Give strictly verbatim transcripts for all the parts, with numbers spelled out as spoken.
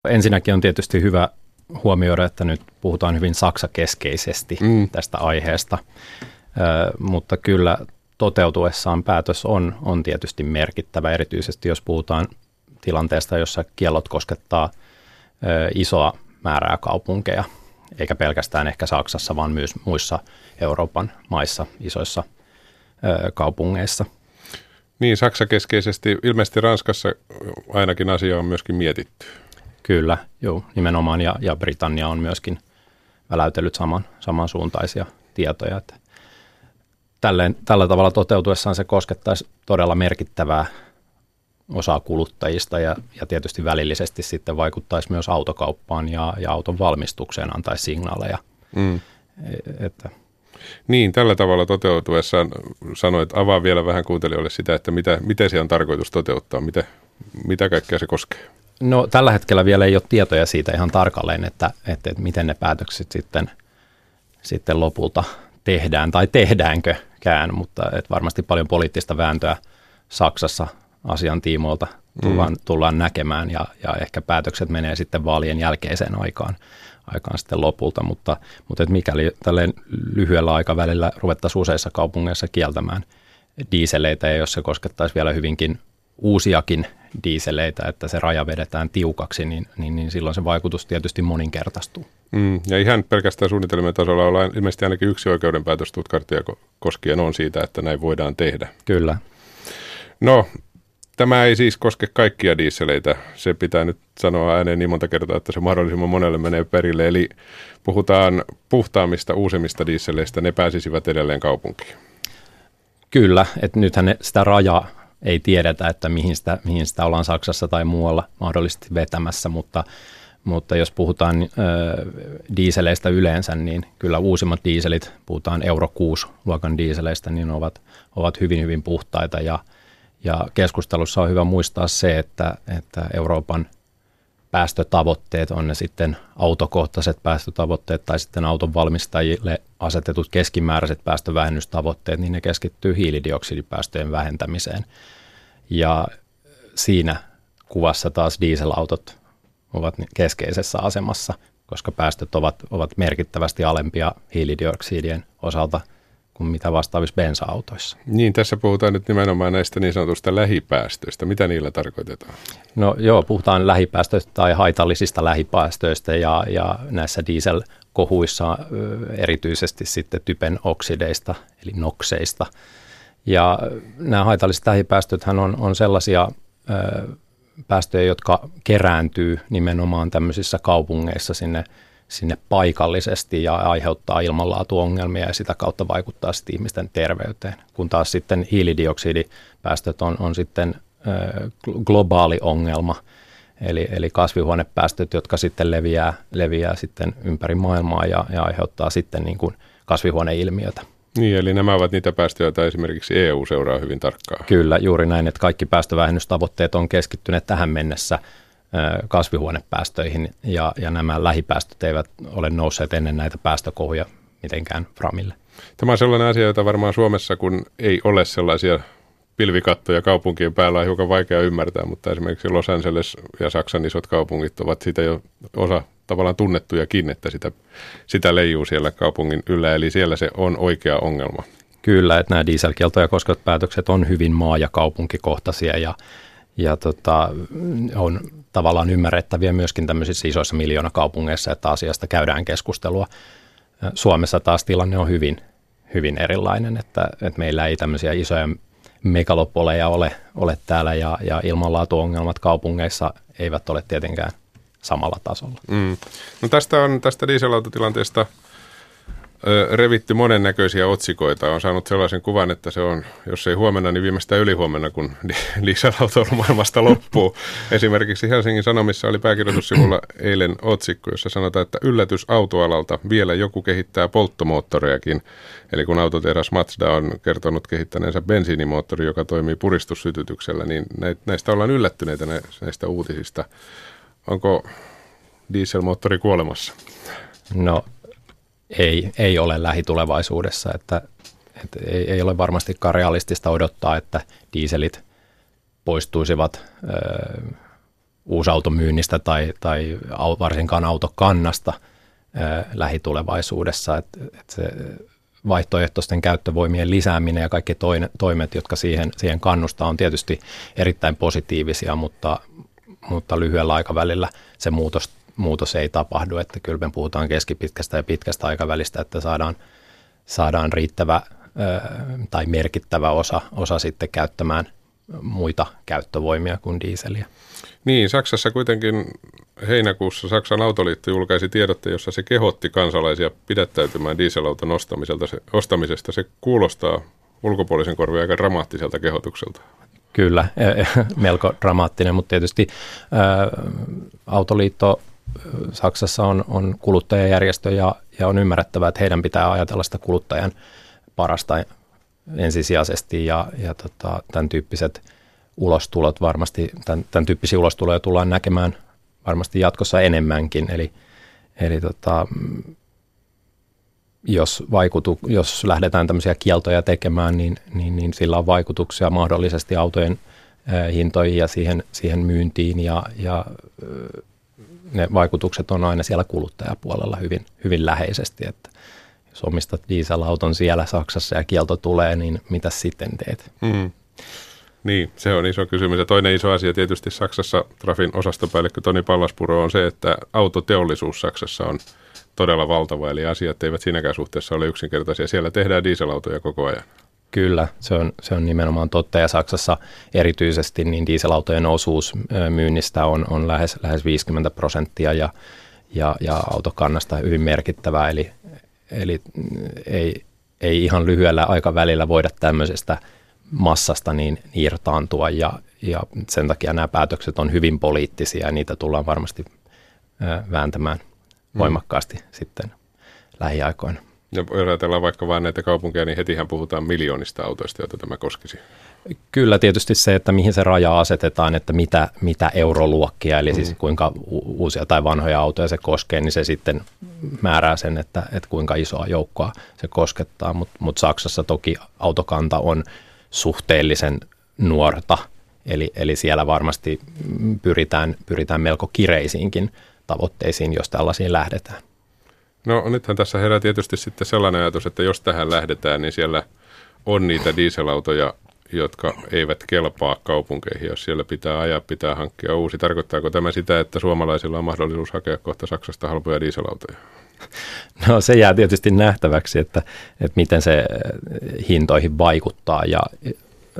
Ensinnäkin on tietysti hyvä huomioida, että nyt puhutaan hyvin Saksa-keskeisesti mm. tästä aiheesta, Ö, mutta kyllä toteutuessaan päätös on, on tietysti merkittävä, erityisesti jos puhutaan tilanteesta, jossa kiellot koskettaa ö, isoa määrää kaupunkeja, eikä pelkästään ehkä Saksassa, vaan myös muissa Euroopan maissa, isoissa ö, kaupungeissa. Niin, Saksa-keskeisesti, ilmeisesti Ranskassa ainakin asia on myöskin mietitty. Kyllä, joo, nimenomaan, ja, ja Britannia on myöskin väläytellyt saman, samansuuntaisia tietoja. Että tälleen, tällä tavalla toteutuessaan se koskettaisi todella merkittävää osaa kuluttajista ja, ja tietysti välillisesti sitten vaikuttaisi myös autokauppaan ja, ja auton valmistukseen, antaisi signaaleja. Mm. Että Niin, tällä tavalla toteutuessaan sanoit, avaa vielä vähän kuuntelijoille sitä, että mitä, miten se on tarkoitus toteuttaa, mitä, mitä kaikkea se koskee. No tällä hetkellä vielä ei ole tietoja siitä ihan tarkalleen, että, että, että miten ne päätökset sitten, sitten lopulta tehdään tai tehdäänkään, mutta että varmasti paljon poliittista vääntöä Saksassa asian tiimoilta tullaan, mm. tullaan näkemään ja, ja ehkä päätökset menee sitten vaalien jälkeiseen aikaan, aikaan sitten lopulta, mutta, mutta että mikäli tälleen lyhyellä aikavälillä ruvettaisiin useissa kaupungeissa kieltämään diiseleitä ja jos se koskettaisi vielä hyvinkin uusiakin diiseleitä, että se raja vedetään tiukaksi, niin, niin, niin silloin se vaikutus tietysti moninkertaistuu. Mm, ja ihan pelkästään suunnitelmien tasolla ollaan ilmeisesti ainakin yksi oikeudenpäätös Stuttgartia koskien on siitä, että näin voidaan tehdä. Kyllä. No, tämä ei siis koske kaikkia diiseleitä. Se pitää nyt sanoa ääneen niin monta kertaa, että se mahdollisimman monelle menee perille. Eli puhutaan puhtaamista, uusimmista diiseleistä, ne pääsisivät edelleen kaupunkiin. Kyllä, että nythän ne, sitä rajaa ei tiedetä, että mihin sitä, mihin sitä ollaan Saksassa tai muualla mahdollisesti vetämässä, mutta, mutta jos puhutaan ö, diiseleistä yleensä, niin kyllä uusimmat diiselit, puhutaan Euro kuusi-luokan diiseleistä, niin ovat, ovat hyvin, hyvin puhtaita ja, ja keskustelussa on hyvä muistaa se, että, että Euroopan päästötavoitteet, on ne sitten autokohtaiset päästötavoitteet tai sitten auton valmistajille asetetut keskimääräiset päästövähennystavoitteet, niin ne keskittyy hiilidioksidipäästöjen vähentämiseen. Ja siinä kuvassa taas dieselautot ovat keskeisessä asemassa, koska päästöt ovat, ovat merkittävästi alempia hiilidioksidien osalta kuin mitä vastaavissa bensa-autoissa. Niin, tässä puhutaan nyt nimenomaan näistä niin sanotusta lähipäästöistä. Mitä niillä tarkoitetaan? No joo, puhutaan lähipäästöistä tai haitallisista lähipäästöistä ja, ja näissä dieselkohuissa erityisesti sitten typen oksideista eli nokseista. Ja nämä haitalliset lähipäästöthän on, on sellaisia ö, päästöjä, jotka kerääntyy nimenomaan tämmöisissä kaupungeissa sinne sinne paikallisesti ja aiheuttaa ilmanlaatuongelmia ja sitä kautta vaikuttaa sitten ihmisten terveyteen. Kun taas sitten hiilidioksidipäästöt on, on sitten ö, globaali ongelma, eli, eli kasvihuonepäästöt, jotka sitten leviää, leviää sitten ympäri maailmaa ja, ja aiheuttaa sitten niin kuin kasvihuoneilmiötä. Niin, eli nämä ovat niitä päästöjä, joita esimerkiksi E U seuraa hyvin tarkkaan. Kyllä, juuri näin, että kaikki päästövähennystavoitteet on keskittyneet tähän mennessä kasvihuonepäästöihin ja, ja nämä lähipäästöt eivät ole nousseet ennen näitä päästökohuja mitenkään framille. Tämä on sellainen asia, jota varmaan Suomessa, kun ei ole sellaisia pilvikattoja kaupunkien päällä, on hiukan vaikea ymmärtää, mutta esimerkiksi Los Angeles ja Saksan isot kaupungit ovat siitä jo osa tavallaan tunnettujakin, että sitä, sitä leijuu siellä kaupungin yllä, eli siellä se on oikea ongelma. Kyllä, että nämä dieselkieltoja koskevat päätökset on hyvin maa- ja kaupunkikohtaisia ja Ja tota, on tavallaan ymmärrettäviä myöskin tämmöisissä isoissa miljoonakaupungeissa, että asiasta käydään keskustelua. Suomessa taas tilanne on hyvin, hyvin erilainen, että, että meillä ei tämmöisiä isoja megalopoleja ole, ole täällä ja, ja ilmanlaatuongelmat kaupungeissa eivät ole tietenkään samalla tasolla. Mm. No tästä on tästä dieselautotilanteesta revitty monennäköisiä otsikoita. On saanut sellaisen kuvan, että se on, jos ei huomenna, niin viimeistään ylihuomenna, kun dieselauto maailmasta loppuu. Esimerkiksi Helsingin Sanomissa oli pääkirjoitussivulla eilen otsikko, jossa sanotaan, että yllätys autoalalta, vielä joku kehittää polttomoottorejakin. Eli kun autotehdas Mazda on kertonut kehittäneensä bensiinimoottori, joka toimii puristussytytyksellä, niin näistä ollaan yllättyneitä näistä uutisista. Onko dieselmoottori kuolemassa? No Ei, ei ole lähitulevaisuudessa, että, että ei, ei ole varmastikaan realistista odottaa, että dieselit poistuisivat ö, uusautomyynnistä tai, tai varsinkaan autokannasta ää, lähitulevaisuudessa. Et, et se vaihtoehtoisten käyttövoimien lisääminen ja kaikki toine, toimet, jotka siihen, siihen kannustaa, on tietysti erittäin positiivisia, mutta, mutta lyhyellä aikavälillä se muutos, muutos ei tapahdu. Että kyllä me puhutaan keskipitkästä ja pitkästä aikavälistä, että saadaan, saadaan riittävä ää, tai merkittävä osa, osa sitten käyttämään muita käyttövoimia kuin diiseliä. Niin, Saksassa kuitenkin heinäkuussa Saksan autoliitto julkaisi tiedotteen, jossa se kehotti kansalaisia pidättäytymään dieselauton ostamiselta. Se, ostamisesta. Se kuulostaa ulkopuolisen korvien aika dramaattiselta kehotukselta. Kyllä, melko dramaattinen, mutta tietysti ää, autoliitto Saksassa on, on kuluttajajärjestö ja, ja on ymmärrettävää, että heidän pitää ajatella sitä kuluttajan parasta ensisijaisesti ja, ja tota, tämän tyyppiset ulostulot varmasti, tämän, tämän tyyppisiä ulostuloja tullaan näkemään varmasti jatkossa enemmänkin, eli, eli tota, jos, vaikutu, jos lähdetään tämmöisiä kieltoja tekemään, niin, niin, niin sillä on vaikutuksia mahdollisesti autojen ää, hintoihin ja siihen, siihen myyntiin ja, ja ne vaikutukset on aina siellä kuluttajapuolella hyvin, hyvin läheisesti, että jos omistat dieselauton siellä Saksassa ja kielto tulee, niin mitä sitten teet? Mm. Niin, se on iso kysymys. Ja toinen iso asia tietysti Saksassa, Trafin osastopäällikkö Toni Pallaspuro, on se, että autoteollisuus Saksassa on todella valtava, eli asiat eivät siinäkään suhteessa ole yksinkertaisia. Siellä tehdään dieselautoja koko ajan. Kyllä, se on, se on nimenomaan totta, ja Saksassa erityisesti niin dieselautojen osuus myynnistä on, on lähes, lähes viisikymmentä prosenttia, ja, ja, ja autokannasta hyvin merkittävää, eli, eli ei, ei ihan lyhyellä aikavälillä voida tämmöisestä massasta niin irtaantua, ja, ja sen takia nämä päätökset on hyvin poliittisia, ja niitä tullaan varmasti vääntämään voimakkaasti mm. sitten lähiaikoina. Ja jos ajatellaan vaikka vain näitä kaupunkeja, niin hetihän puhutaan miljoonista autoista, joita tämä koskisi. Kyllä tietysti se, että mihin se raja asetetaan, että mitä, mitä euroluokkia, eli mm. siis kuinka uusia tai vanhoja autoja se koskee, niin se sitten määrää sen, että, että kuinka isoa joukkoa se koskettaa. Mutta mut Saksassa toki autokanta on suhteellisen nuorta, eli, eli siellä varmasti pyritään, pyritään melko kireisiinkin tavoitteisiin, jos tällaisiin lähdetään. No nythän tässä herää tietysti sitten sellainen ajatus, että jos tähän lähdetään, niin siellä on niitä dieselautoja, jotka eivät kelpaa kaupunkeihin. Jos siellä pitää ajaa, pitää hankkia uusi. Tarkoittaako tämä sitä, että suomalaisilla on mahdollisuus hakea kohta Saksasta halpoja dieselautoja? No se jää tietysti nähtäväksi, että, että miten se hintoihin vaikuttaa ja äh,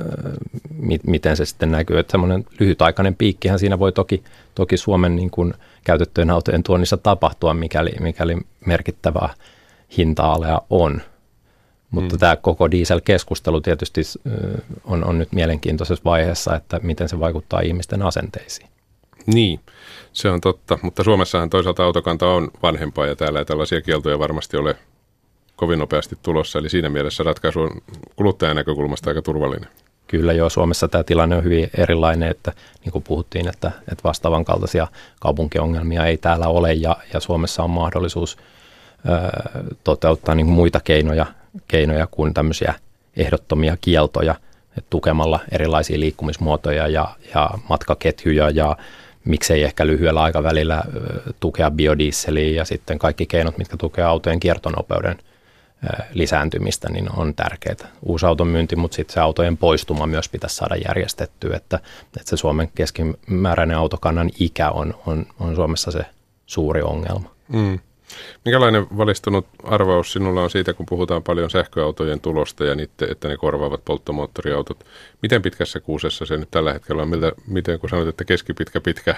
miten se sitten näkyy. Että semmoinen lyhytaikainen piikkihän siinä voi toki, toki Suomen niin kuin käytettyjen autojen tuonnissa tapahtua, mikäli, mikäli merkittävää hinta-alea on. Mutta hmm. tämä koko diesel-keskustelu tietysti on, on nyt mielenkiintoisessa vaiheessa, että miten se vaikuttaa ihmisten asenteisiin. Niin, se on totta, mutta Suomessahan toisaalta autokanta on vanhempaa ja täällä ei tällaisia kieltoja varmasti ole kovin nopeasti tulossa, eli siinä mielessä ratkaisu on kuluttajan näkökulmasta aika turvallinen. Kyllä joo, Suomessa tämä tilanne on hyvin erilainen, että niin kuin puhuttiin, että, että vastaavan kaltaisia kaupunkiongelmia ei täällä ole ja, ja Suomessa on mahdollisuus ö, toteuttaa niin kuin muita keinoja, keinoja kuin tämmöisiä ehdottomia kieltoja, että tukemalla erilaisia liikkumismuotoja ja, ja matkaketjuja ja miksei ehkä lyhyellä aikavälillä ö, tukea biodieseliä ja sitten kaikki keinot, mitkä tukevat autojen kiertonopeuden lisääntymistä, niin on tärkeää. Uusi auton myynti, mutta sitten se autojen poistuma myös pitäisi saada järjestettyä, että, että se Suomen keskimääräinen autokannan ikä on, on, on Suomessa se suuri ongelma. Mm. Minkälainen valistunut arvaus sinulla on siitä, kun puhutaan paljon sähköautojen tulosta ja niitä, että ne korvaavat polttomoottoriautot? Miten pitkässä kuusessa se nyt tällä hetkellä on? Miltä, miten kun sanot, että keskipitkä pitkä?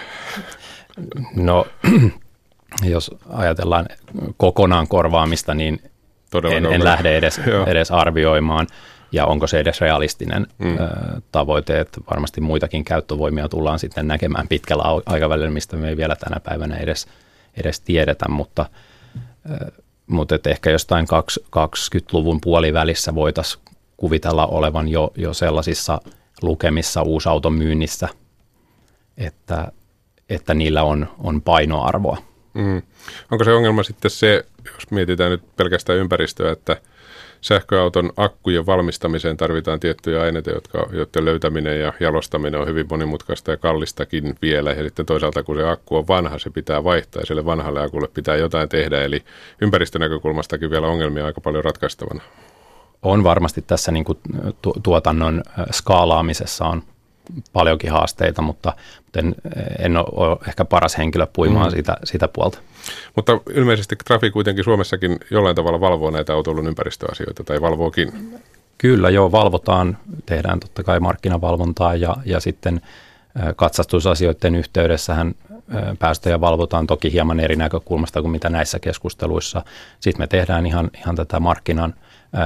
No, jos ajatellaan kokonaan korvaamista, niin En, en lähde edes, edes arvioimaan, ja onko se edes realistinen mm. ö, tavoite, että varmasti muitakin käyttövoimia tullaan sitten näkemään pitkällä aikavälillä, mistä me ei vielä tänä päivänä edes, edes tiedetä, mutta, ö, mutta et ehkä jostain kaksikymmentäluvun puolivälissä voitaisiin kuvitella olevan jo, jo sellaisissa lukemissa uusauton myynnissä, että, että niillä on, on painoarvoa. Mm. Onko se ongelma sitten se, jos mietitään nyt pelkästään ympäristöä, että sähköauton akkujen valmistamiseen tarvitaan tiettyjä aineita, jotka, joiden löytäminen ja jalostaminen on hyvin monimutkaista ja kallistakin vielä. Ja sitten toisaalta, kun se akku on vanha, se pitää vaihtaa ja sille vanhalle akulle pitää jotain tehdä. Eli ympäristönäkökulmastakin vielä ongelmia aika paljon ratkaistavana. On varmasti tässä niin kuin tuotannon skaalaamisessa on paljonkin haasteita, mutta en, en ole ehkä paras henkilö puimaan mm. sitä, sitä puolta. Mutta ilmeisesti Trafi kuitenkin Suomessakin jollain tavalla valvoo näitä autoilun ympäristöasioita, tai valvookin. Kyllä, joo, valvotaan. Tehdään totta kai markkinavalvontaa ja, ja sitten katsastusasioiden yhteydessähän päästöjä valvotaan toki hieman eri näkökulmasta kuin mitä näissä keskusteluissa. Sitten me tehdään ihan, ihan tätä markkinan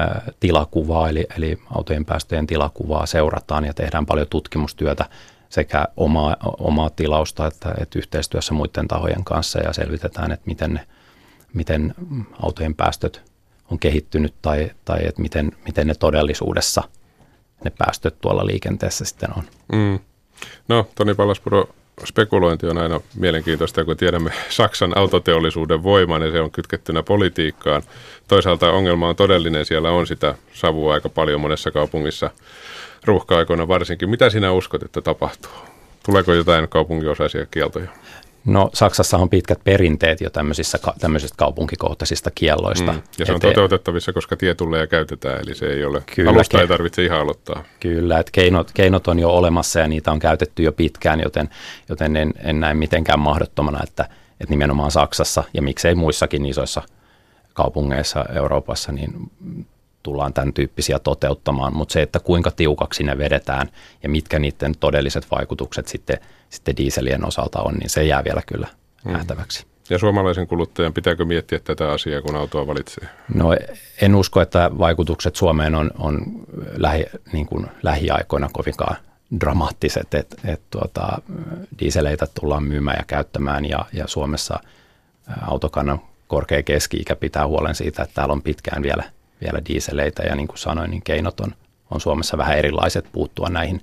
tilakuvaa, eli, eli autojen päästöjen tilakuvaa seurataan ja tehdään paljon tutkimustyötä sekä omaa, omaa tilausta että, että yhteistyössä muiden tahojen kanssa ja selvitetään, että miten, ne, miten autojen päästöt on kehittynyt tai, tai että miten, miten ne todellisuudessa ne päästöt tuolla liikenteessä sitten on. Mm. No, Toni Pallaspuro, spekulointi on aina mielenkiintoista, kun tiedämme Saksan autoteollisuuden voiman ja se on kytkettynä politiikkaan. Toisaalta ongelma on todellinen, siellä on sitä savua aika paljon monessa kaupungissa ruuhka-aikoina varsinkin. Mitä sinä uskot, että tapahtuu? Tuleeko jotain kaupunginosaisia kieltoja? No Saksassa on pitkät perinteet jo tämmöisissä, tämmöisistä kaupunkikohtaisista kielloista. Mm, ja se on toteutettavissa, koska tietulleja käytetään, eli se ei ole, kyllä, alusta ei tarvitse ihan aloittaa. Kyllä, että keinot, keinot on jo olemassa ja niitä on käytetty jo pitkään, joten, joten en, en näe mitenkään mahdottomana, että, että nimenomaan Saksassa ja miksei muissakin isoissa kaupungeissa Euroopassa, niin tullaan tämän tyyppisiä toteuttamaan, mutta se, että kuinka tiukaksi ne vedetään ja mitkä niiden todelliset vaikutukset sitten, sitten dieselien osalta on, niin se jää vielä kyllä nähtäväksi. Mm. Ja suomalaisen kuluttajan pitääkö miettiä tätä asiaa, kun autoa valitsee? No en usko, että vaikutukset Suomeen on, on lähi, niin kuin lähiaikoina kovinkaan dramaattiset, että et tuota, dieseleitä tullaan myymään ja käyttämään ja, ja Suomessa autokannan korkea keski-ikä pitää huolen siitä, että täällä on pitkään vielä vielä dieseleitä ja niin kuin sanoin, niin keinot on, on Suomessa vähän erilaiset puuttua näihin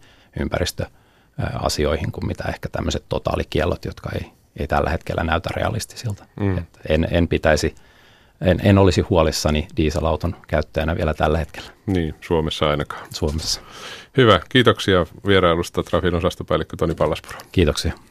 ympäristöasioihin kuin mitä ehkä tämmöiset totaalikiellot, jotka ei, ei tällä hetkellä näytä realistisilta. Mm. En, en pitäisi, en, en olisi huolissani dieselauton käyttäjänä vielä tällä hetkellä. Niin, Suomessa ainakaan. Suomessa. Hyvä, kiitoksia vierailusta Trafin osastopäällikkö Toni Pallaspuro. Kiitoksia.